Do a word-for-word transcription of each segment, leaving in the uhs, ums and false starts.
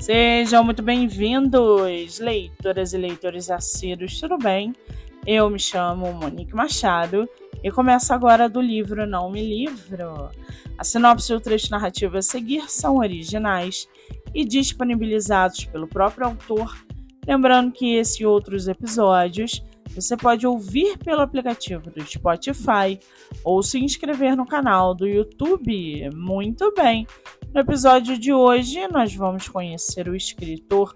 Sejam muito bem-vindos, leitoras e leitores assíduos, tudo bem? Eu me chamo Monique Machado e começo agora do livro Não Me Livro. A sinopse e o trecho narrativo a seguir são originais e disponibilizados pelo próprio autor, lembrando que esse e outros episódios você pode ouvir pelo aplicativo do Spotify ou se inscrever no canal do YouTube. Muito bem! No episódio de hoje, nós vamos conhecer o escritor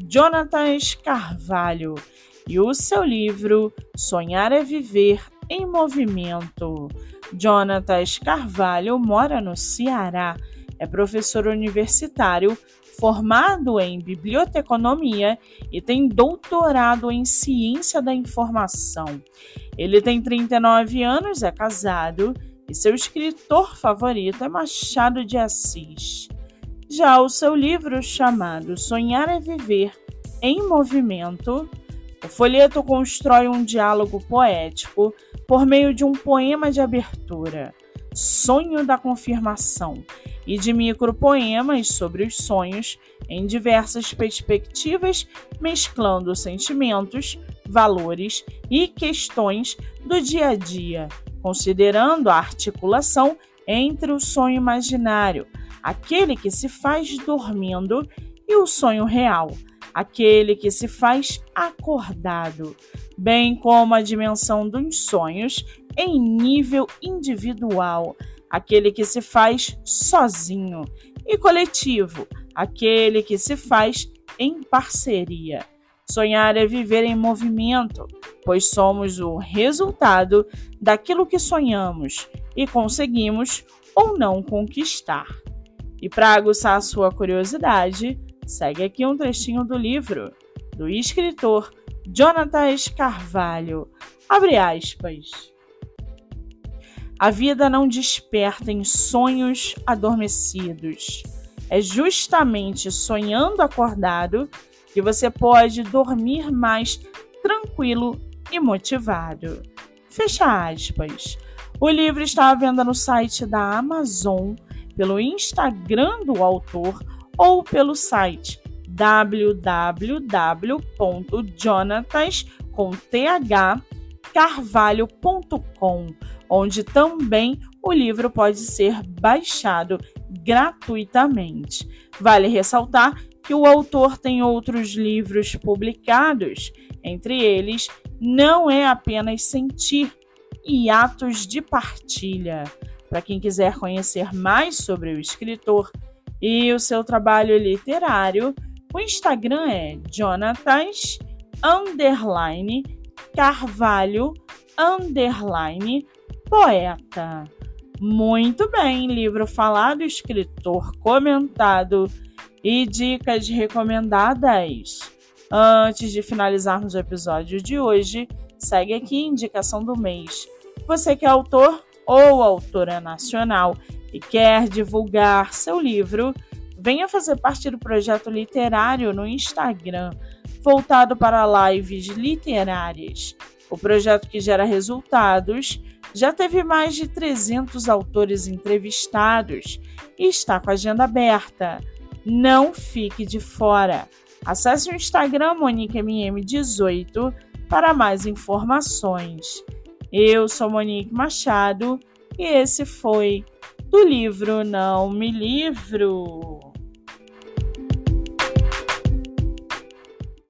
Jonatas Carvalho e o seu livro Sonhar é Viver em Movimento. Jonatas Carvalho mora no Ceará, é professor universitário, formado em biblioteconomia e tem doutorado em ciência da informação. Ele tem trinta e nove anos, é casado e seu escritor favorito é Machado de Assis. Já o seu livro, chamado Sonhar é Viver em Movimento, o folheto constrói um diálogo poético por meio de um poema de abertura, Sonho da Confirmação, e de micropoemas sobre os sonhos em diversas perspectivas, mesclando sentimentos, valores e questões do dia a dia, considerando a articulação entre o sonho imaginário, aquele que se faz dormindo, e o sonho real, aquele que se faz acordado, bem como a dimensão dos sonhos em nível individual, aquele que se faz sozinho, e coletivo, aquele que se faz em parceria. Sonhar é viver em movimento, pois somos o resultado daquilo que sonhamos e conseguimos ou não conquistar. E para aguçar a sua curiosidade, segue aqui um trechinho do livro do escritor Jonatas Carvalho. Abre aspas. A vida não desperta em sonhos adormecidos. É justamente sonhando acordado que você pode dormir mais tranquilo e motivado. Fecha aspas. O livro está à venda no site da Amazon, pelo Instagram do autor ou pelo site w w w ponto jonatas carvalho ponto com, onde também o livro pode ser baixado gratuitamente. Vale ressaltar que o autor tem outros livros publicados, entre eles Não é Apenas Sentir e Atos de Partilha. Para quem quiser conhecer mais sobre o escritor e o seu trabalho literário, o Instagram é Jonatas underline Carvalho underline poeta. Muito bem, livro falado, escritor comentado e dicas recomendadas. Antes de finalizarmos o episódio de hoje, segue aqui a indicação do mês. Você que é autor ou autora nacional e quer divulgar seu livro, venha fazer parte do projeto literário no Instagram, voltado para lives literárias. O projeto, que gera resultados, já teve mais de trezentos autores entrevistados e está com a agenda aberta. Não fique de fora. Acesse o Instagram Monique M M dezoito para mais informações. Eu sou Monique Machado e esse foi do livro Não Me Livro.